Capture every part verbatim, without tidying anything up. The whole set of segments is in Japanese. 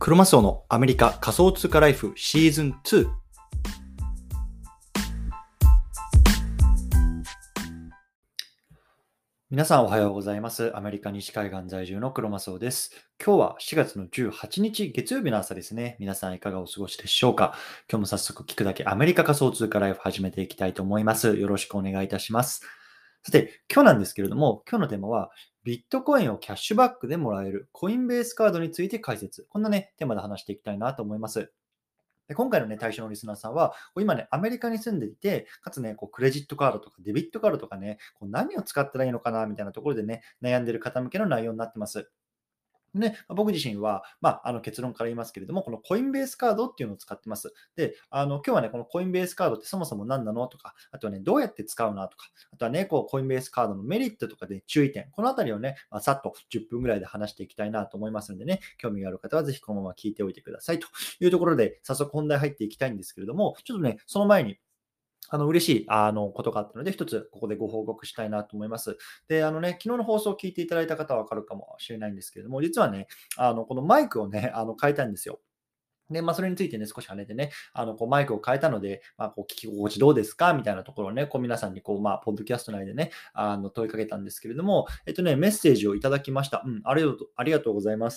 クロマスオのアメリカ仮想通貨ライフシーズンツー。皆さんおはようございます。アメリカ西海岸在住のクロマスオです。今日はしがつのじゅうはちにち月曜日の朝ですね。皆さんいかがお過ごしでしょうか。今日も早速聞くだけアメリカ仮想通貨ライフ始めていきたいと思います。よろしくお願いいたします。さて、今日なんですけれども、今日のテーマはビットコインをキャッシュバックでもらえるコインベースカードについて解説。こんなね、テーマで話していきたいなと思います。で今回のね、対象のリスナーさんは、こう今ね、アメリカに住んでいて、かつね、こうクレジットカードとかデビットカードとかね、こう何を使ったらいいのかなみたいなところでね、悩んでる方向けの内容になってます。で、ま僕自身は、まあ、あの結論から言いますけれども、このコインベースカードっていうのを使ってます。で、あの今日はね、このコインベースカードってそもそも何なのとか、あとはね、どうやって使うのとか、あとはね、こうコインベースカードのメリットとかで注意点、このあたりをね、まあ、さっとじゅっぷんぐらいで話していきたいなと思いますのでね、興味がある方はぜひこのまま聞いておいてくださいというところで、早速本題入っていきたいんですけれども、ちょっとね、その前に、あの、嬉しい、あの、ことがあったので、一つここでご報告したいなと思います。で、あのね、昨日の放送を聞いていただいた方はわかるかもしれないんですけれども、実はね、あの、このマイクをね、あの、変えたんですよ。で、まあ、それについてね、少し跳ねてね、あの、こう、マイクを変えたので、まあ、こう、聞き心地どうですかみたいなところをね、こう、皆さんに、こう、まあ、ポッドキャスト内でね、あの、問いかけたんですけれども、えっとね、メッセージをいただきました。うん、ありがとう、ありがとうございます。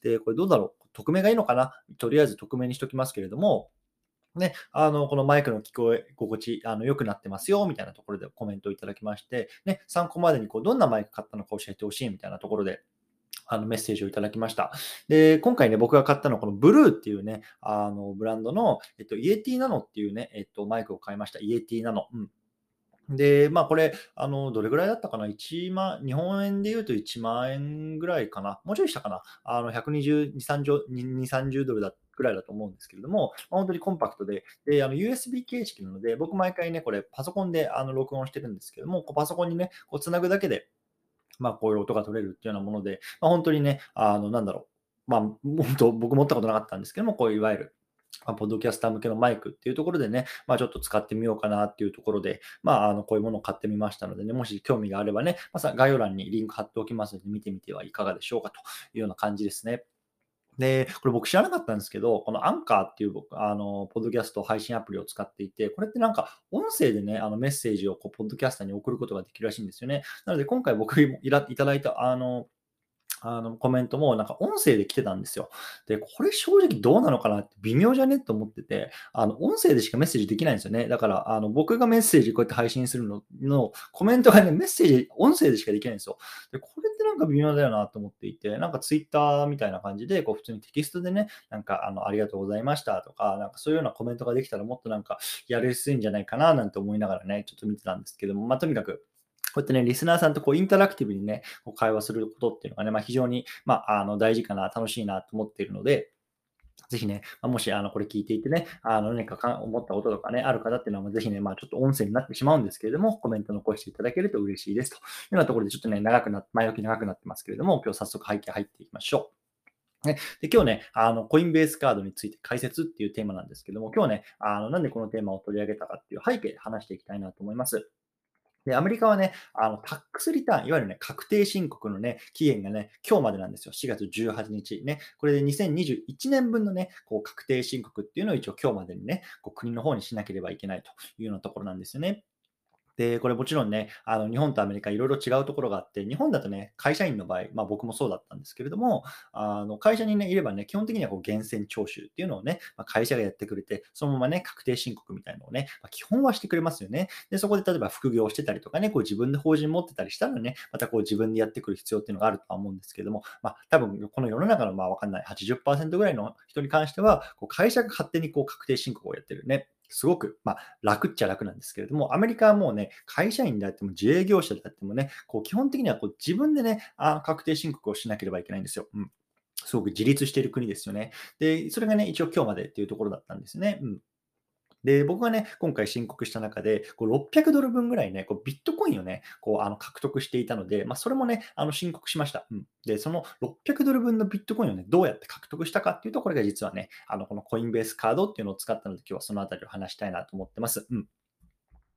で、これどうだろう。匿名がいいのかな。とりあえず匿名にしときますけれども、ね、あの、このマイクの聞こえ心地、あの、良くなってますよ、みたいなところでコメントをいただきまして、ね、参考までにこうどんなマイク買ったのか教えてほしいみたいなところで、あの、メッセージをいただきました。で、今回ね、僕が買ったのはこのブルーっていうね、あの、ブランドの、えっと、イエティナノっていうね、えっと、マイクを買いました。イエティナノ。うん。で、まあ、これ、あの、どれぐらいだったかな？ いち 万、日本円で言うといちまん円ぐらいかな。もうちょいしたかな。あの、ひゃくにじゅうに、さんじゅう、に、さんじゅうドルだぐらいだと思うんですけれども、まあ、本当にコンパクトで、で、あの、ユーエスビー 形式なので、僕毎回ね、これパソコンであの録音してるんですけども、こうパソコンにね、こう繋ぐだけで、まあ、こういう音が取れるっていうようなもので、まあ、本当にね、あの、なんだろう、まあ、本当僕持ったことなかったんですけども、こういういわゆるまあ、ポッドキャスター向けのマイクっていうところでね、まあ、ちょっと使ってみようかなっていうところで、まあ、あの、こういうものを買ってみましたのでね、もし興味があればね、まあ、概要欄にリンク貼っておきますので、見てみてはいかがでしょうかというような感じですね。で、これ僕知らなかったんですけど、このアンカーっていう僕、あの、ポッドキャスト配信アプリを使っていて、これってなんか音声でね、あのメッセージをこう、ポッドキャスターに送ることができるらしいんですよね。なので今回僕いらいただいた、あの、あの、コメントもなんか音声で来てたんですよ。で、これ正直どうなのかなって微妙じゃねと思ってて、あの、音声でしかメッセージできないんですよね。だから、あの、僕がメッセージこうやって配信するのの、コメントがね、メッセージ、音声でしかできないんですよ。で、これってなんか微妙だよなと思っていて、なんかツイッターみたいな感じで、こう普通にテキストでね、なんか、あの、ありがとうございましたとか、なんかそういうようなコメントができたらもっとなんかやりやすいんじゃないかななんて思いながらね、ちょっと見てたんですけども、まあ、とにかく、こうやってね、リスナーさんとこうインタラクティブにね、こう会話することっていうのがね、まあ、非常に、まあ、あの大事かな、楽しいなと思っているので、ぜひね、まあ、もしあのこれ聞いていてね、あの何かか思ったこととかね、ある方っていうのは、ぜひね、まあ、ちょっと音声になってしまうんですけれども、コメント残していただけると嬉しいですというようなところで、ちょっとね、長くな前置き長くなってますけれども、今日早速背景入っていきましょう。ね、で今日ね、あのコインベースカードについて解説っていうテーマなんですけども、今日ね、あのなんでこのテーマを取り上げたかっていう背景話していきたいなと思います。で、アメリカはね、あの、タックスリターン、いわゆるね、確定申告のね、期限がね、今日までなんですよ。しがつじゅうはちにちね。これでにせんにじゅういちねんぶんのね、こう、確定申告っていうのを一応今日までにね、こう国の方にしなければいけないというようなところなんですよね。で、これもちろんね、あの、日本とアメリカいろいろ違うところがあって、日本だとね、会社員の場合、まあ僕もそうだったんですけれども、あの、会社にね、いればね、基本的にはこう源泉徴収っていうのをね、まあ、会社がやってくれて、そのままね、確定申告みたいなのをね、まあ、基本はしてくれますよね。で、そこで例えば副業をしてたりとかね、こう自分で法人持ってたりしたらね、またこう自分でやってくる必要っていうのがあるとは思うんですけれども、まあ多分この世の中のまあわかんないはちじゅっパーセントぐらいの人に関しては、こう会社が勝手にこう確定申告をやってるね。すごく、まあ、楽っちゃ楽なんですけれども、アメリカはもうね、会社員であっても自営業者であってもね、こう基本的にはこう自分でね、あ確定申告をしなければいけないんですよ。うん。すごく自立している国ですよね。で、それがね、一応今日までっていうところだったんですね。うん。で、僕がね、今回申告した中で、こうろっぴゃくドルぶんぐらいね、こうビットコインをね、こうあの獲得していたので、まあ、それもね、あの申告しました。うん。で、そのろっぴゃくドルぶんのビットコインをね、どうやって獲得したかっていうと、これが実はね、あのこのコインベースカードっていうのを使ったので、今日はそのあたりを話したいなと思ってます。うん。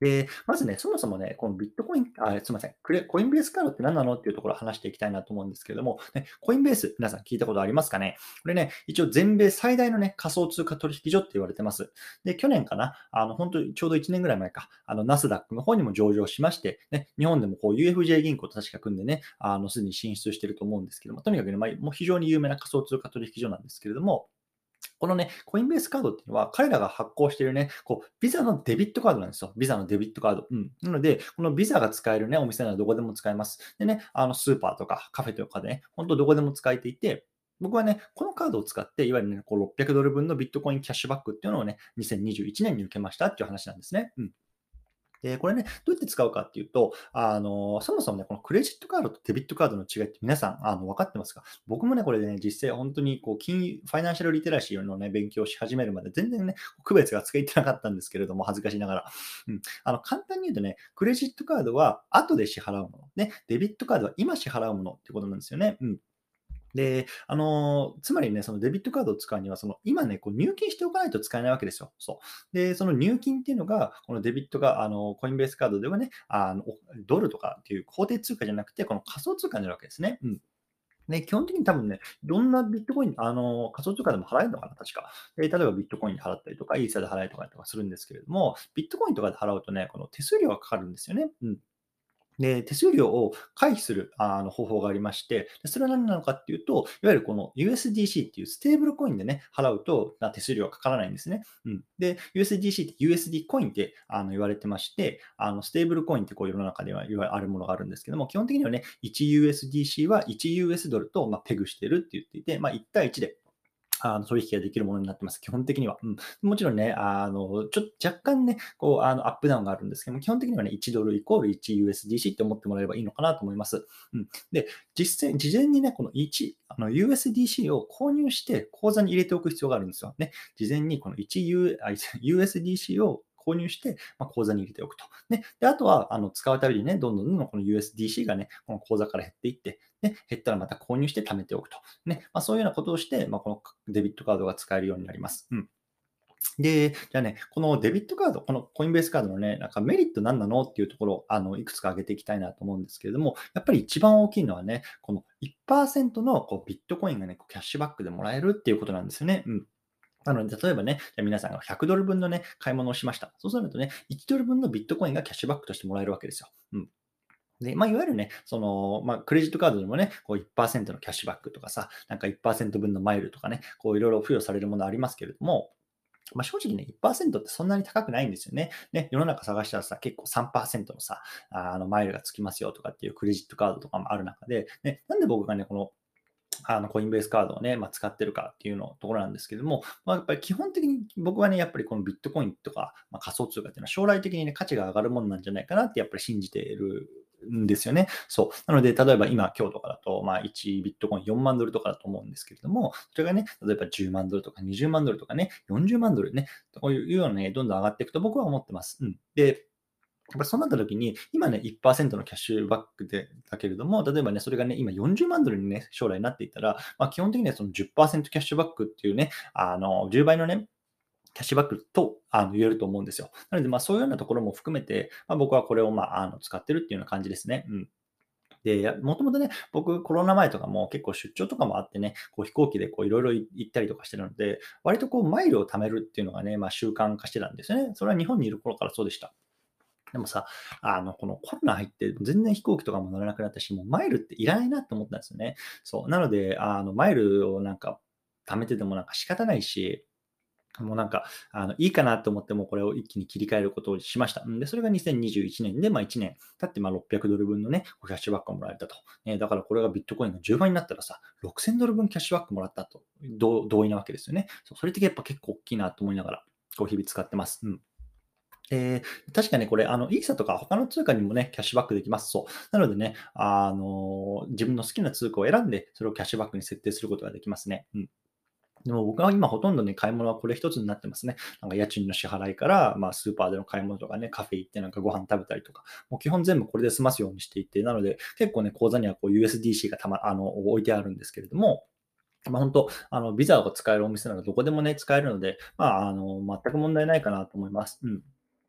で、まずね、そもそもね、このビットコイン、あ、すみません、クレコインベースカードって何なのっていうところを話していきたいなと思うんですけれども、ね、コインベース、皆さん聞いたことありますかね？これね、一応全米最大のね、仮想通貨取引所って言われてます。で、去年かな、あの、本当にちょうどいちねんぐらい前か、あの、ナスダックの方にも上場しまして、ね、日本でもこう ユーエフジェー 銀行と確か組んでね、あの、すでに進出してると思うんですけども、とにかくね、まあ、もう非常に有名な仮想通貨取引所なんですけれども、このね、コインベースカードっていうのは、彼らが発行しているね、こう、ビザのデビットカードなんですよ。ビザのデビットカード。うん。なので、このビザが使えるね、お店ならどこでも使えます。でね、あの、スーパーとかカフェとかでね、本当どこでも使えていて、僕はね、このカードを使って、いわゆるね、こうろっぴゃくドル分のビットコインキャッシュバックっていうのをね、にせんにじゅういちねんに受けましたっていう話なんですね。うん。で、これね、どうやって使うかっていうと、あの、そもそもね、このクレジットカードとデビットカードの違いって皆さん、あの、分かってますか？僕もね、これね、実際本当にこう、金融ファイナンシャルリテラシーのね、勉強し始めるまで全然ね、区別がついてなかったんですけれども、恥ずかしながら。うん。あの、簡単に言うとね、クレジットカードは後で支払うもの。ね、デビットカードは今支払うものってことなんですよね。うん。で、あの、つまりね、そのデビットカードを使うには、その今ね、こう入金しておかないと使えないわけですよ。そう。で、その入金っていうのが、このデビットが、あの、コインベースカードではね、あの、おドルとかっていう法定通貨じゃなくて、この仮想通貨になるわけですね。うん。で、基本的に多分ね、いろんなビットコイン、あの、仮想通貨でも払えるのかな、確か。で、例えばビットコインで払ったりとか、イーサで払えとかとかするんですけれども、ビットコインとかで払うとね、この手数料がかかるんですよね。うん。で、手数料を回避するあの方法がありまして、でそれは何なのかっていうと、いわゆるこの ユーエスディーシー っていうステーブルコインでね、払うと、ま、手数料がかからないんですね。うん。で、ユーエスディーシー って ユーエスディー コインってあの言われてまして、あのステーブルコインってこう世の中ではいわあるものがあるんですけども、基本的にはね、いちユーエスディーシー はいちユーエスドルと、ま、ペグしてるって言っていて、まあ、いち対いちであの、取引ができるものになってます。基本的には。うん。もちろんね、あの、ちょっと若干ね、こう、あの、アップダウンがあるんですけども、基本的にはね、いちドルイコールいちユーエスディーシー って思ってもらえればいいのかなと思います。うん。で、実際、事前にね、このいち、あの、ユーエスディーシー を購入して、口座に入れておく必要があるんですよ。ね。事前にこの いちユー、あ ユーエスディーシー を購入して、まあ、口座に入れておくと。ね。で、あとは、あの、使うたびにね、どんどんどんどんこの ユーエスディーシー がね、この口座から減っていって、ね、減ったらまた購入して貯めておくと。ね、まあ、そういうようなことをして、まあ、このデビットカードが使えるようになります。うん。で、じゃあね、このデビットカード、このコインベースカードのね、なんかメリット何なのっていうところを、あの、いくつか挙げていきたいなと思うんですけれども、やっぱり一番大きいのはね、このいちパーセントのこうビットコインがね、こうキャッシュバックでもらえるっていうことなんですよね。うん。なので、例えばね、じゃあ皆さんがひゃくドル分のね、買い物をしました。そうするとね、いちドル分のビットコインがキャッシュバックとしてもらえるわけですよ。うん。で、まあ、いわゆるね、その、まあ、クレジットカードでもね、こういちパーセントのキャッシュバックとかさ、なんかいちパーセント分のマイルとかね、こういろいろ付与されるものありますけれども、まあ、正直ね、いちパーセントってそんなに高くないんですよね。ね、世の中探したらさ、結構さんパーセントのさ、あの、マイルがつきますよとかっていうクレジットカードとかもある中で、ね、なんで僕がね、このあの、コインベースカードをね、まあ、使ってるかっていうのところなんですけども、まあ、やっぱり基本的に僕はね、やっぱりこのビットコインとか、まあ、仮想通貨っていうのは将来的にね、価値が上がるものなんじゃないかなってやっぱり信じているんですよね。そう。なので、例えば今、今日とかだと、まあ、いちビットコインよんまんドルとかだと思うんですけれども、それがね、例えばじゅうまんドルとかにじゅうまんドルとかね、よんじゅうまんドルね、こういうようなね、どんどん上がっていくと僕は思ってます。うん。で、やっぱりそうなった時に、今ね、いちパーセントのキャッシュバックでだけれども、例えばね、それがね、今よんじゅうまんドルにね、将来なっていったら、まあ、基本的にはそのじゅっパーセントキャッシュバックっていうね、あの、じゅうばいのね、キャッシュバックとあの言えると思うんですよ。なので、まあ、そういうようなところも含めて、まあ、僕はこれを、まあ、あの使ってるっていうような感じですね。うん。で、もともとね、僕、コロナ前とかも結構出張とかもあってね、こう飛行機でこういろいろ行ったりとかしてるので、割とこうマイルを貯めるっていうのがね、まあ習慣化してたんですよね。それは日本にいる頃からそうでした。でもさ、あの、このコロナ入って全然飛行機とかも乗れなくなったし、もうマイルっていらないなって思ったんですよね。そう。なので、あの、マイルをなんか貯めててもなんか仕方ないし、もうなんか、あの、いいかなと思ってもこれを一気に切り替えることをしました。んで、それがにせんにじゅういちねんで、まあいちねん経って、まあろっぴゃくドル分のね、キャッシュバックがもらえたと。ね、だからこれがビットコインがじゅうばいになったらさ、ろくせんドル分キャッシュバックもらったと、同同意なわけですよね。そう、それってやっぱ結構大きいなと思いながら、こう日々使ってます。うん。えー、確かにこれ、あの、イーサとか他の通貨にもね、キャッシュバックできます。そう。なのでね、あの、自分の好きな通貨を選んで、それをキャッシュバックに設定することができますね。うん。でも僕は今ほとんどね、買い物はこれ一つになってますね。なんか家賃の支払いから、まあスーパーでの買い物とかね、カフェ行ってなんかご飯食べたりとか、もう基本全部これで済ますようにしていて、なので結構ね、口座にはこう ユーエスディーシー がたま、あの、置いてあるんですけれども、まあ本当、あの、ビザが使えるお店ならどこでもね、使えるので、まあ、あの、全く問題ないかなと思います。うん。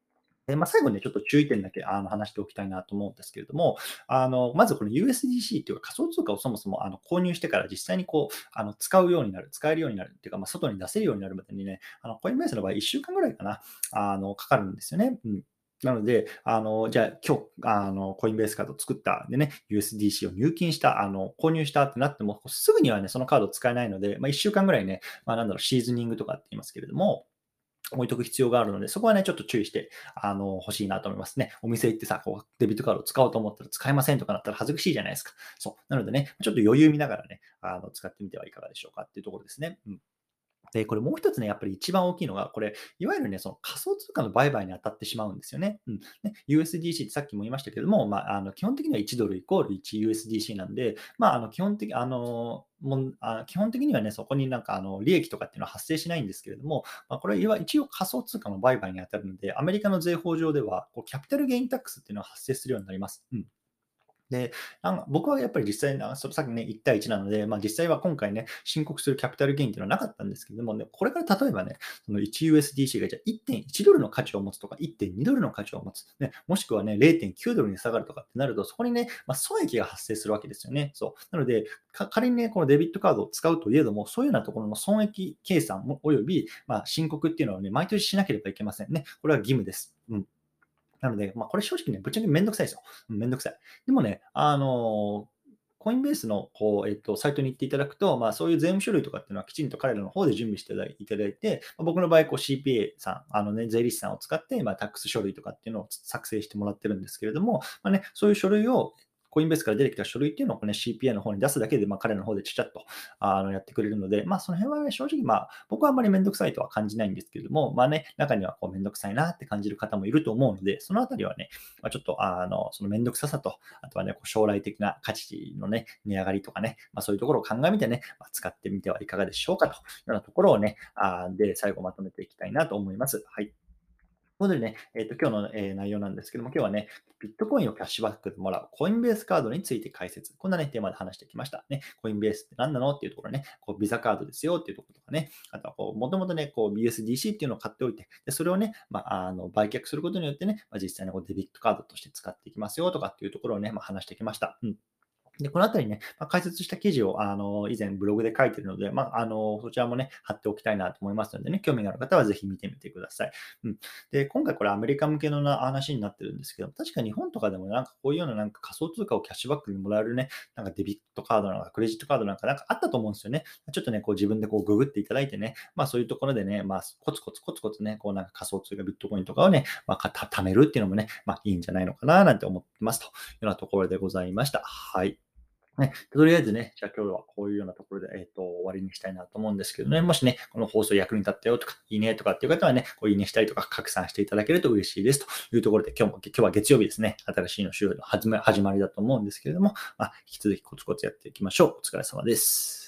で、まあ、最後にね、ちょっと注意点だけあの話しておきたいなと思うんですけれども、あの、まずこの ユーエスディーシー っていうか仮想通貨をそもそもあの購入してから実際にこう、あの使うようになる、使えるようになるっていうか、まあ、外に出せるようになるまでにね、あのコインベースの場合いっしゅうかんぐらいかな、あの、かかるんですよね。うん。なので、あの、じゃあ、今日、あの、コインベースカードを作った、でね、ユーエスディーシー を入金した、あの、購入したってなっても、すぐにはね、そのカード使えないので、まあ、いっしゅうかんぐらいね、まあ、なんだろう、シーズニングとかって言いますけれども、置いとく必要があるので、そこはね、ちょっと注意して、あの、欲しいなと思いますね。お店行ってさ、こう、デビットカードを使おうと思ったら使えませんとかなったら恥ずかしいじゃないですか。そう。なのでね、ちょっと余裕見ながらね、あの、使ってみてはいかがでしょうかっていうところですね。うん。で、これもう一つね、やっぱり一番大きいのが、これ、いわゆるね、その仮想通貨の売買に当たってしまうんですよね。うん。ね、ユーエスディーシー ってさっきも言いましたけども、まあ、あの、基本的にはいちドルイコール いちユーエスディーシー なんで、まあ、あの、基本的、あの、もんあ基本的にはね、そこになんか、あの、利益とかっていうのは発生しないんですけれども、まあ、これはいわ一応仮想通貨の売買に当たるので、アメリカの税法上では、こうキャピタルゲインタックスっていうのは発生するようになります。うん。で、なんか僕はやっぱり実際な、そのさっきね、いち対いちなので、まあ、実際は今回ね、申告するキャピタルゲインっていうのはなかったんですけども、ね、これから例えばね、その いちユーエスディーシー がじゃあいってんいちドルの価値を持つとか、いってんにドルの価値を持つ、ね、もしくはね、れいてんきゅうドルに下がるとかってなると、そこにね、まあ、損益が発生するわけですよね。そう。なので、か仮にね、このデビットカードを使うといえども、そういうようなところの損益計算もおよび、まあ、申告っていうのはね、毎年しなければいけませんね。これは義務です。うん。なので、まあ、これ正直ね、ぶっちゃけめんどくさいですよ。うん、めんどくさい。でもね、あの、コインベースのこう、えっと、サイトに行っていただくと、まあ、そういう税務書類とかっていうのはきちんと彼らの方で準備していただいいただいて、まあ、僕の場合、こう シーピーエー さん、あのね、税理士さんを使って、まあ、タックス書類とかっていうのを作成してもらってるんですけれども、まあね、そういう書類をコインベースから出てきた書類っていうのをこうね、シーピーエー の方に出すだけで、まあ、彼らの方でちゃちゃっとあのやってくれるので、まあ、その辺はね、正直、まあ、僕はあんまりめんどくさいとは感じないんですけれども、まあね、中にはこうめんどくさいなって感じる方もいると思うので、そのあたりはね、まあ、ちょっと、あの、そのめんどくささと、あとはね、こう将来的な価値のね、値上がりとかね、まあ、そういうところを鑑みてね、まあ、使ってみてはいかがでしょうかというようなところをね、あで、最後まとめていきたいなと思います。はい。ということでね、えっ、と、今日の、えー内容なんですけども、今日はね、ビットコインをキャッシュバックでもらうコインベースカードについて解説。こんなね、テーマで話してきました。ね、コインベースって何なのっていうところね、こうビザカードですよっていうところとかね、あとはこう、もともとね、こう ビーエスディーシー っていうのを買っておいて、でそれをね、まあ、あの売却することによってね、まあ、実際にこうデビットカードとして使っていきますよとかっていうところをね、まあ、話してきました。うん。で、このあたりね、まあ、解説した記事を、あの、以前ブログで書いているので、まあ、あの、そちらもね、貼っておきたいなと思いますのでね、興味がある方はぜひ見てみてください。うん。で、今回これアメリカ向けのな話になってるんですけど、確か日本とかでもなんかこういうようななんか仮想通貨をキャッシュバックにもらえるね、なんかデビットカードなんかクレジットカードなんかなんかあったと思うんですよね。ちょっとね、こう自分でこうググっていただいてね、まあそういうところでね、まあコツコツコツコツね、こうなんか仮想通貨ビットコインとかをね、まあかた貯めるっていうのもね、まあいいんじゃないのかななんて思ってますというようなところでございました。はい。ね、とりあえずね、じゃあ今日はこういうようなところで、えっと、終わりにしたいなと思うんですけどね、もしね、この放送役に立ったよとか、いいねとかっていう方はね、こういいねしたりとか拡散していただけると嬉しいですというところで、今日も、今日は月曜日ですね、新しいの週の始ま始まりだと思うんですけれども、まあ、引き続きコツコツやっていきましょう。お疲れ様です。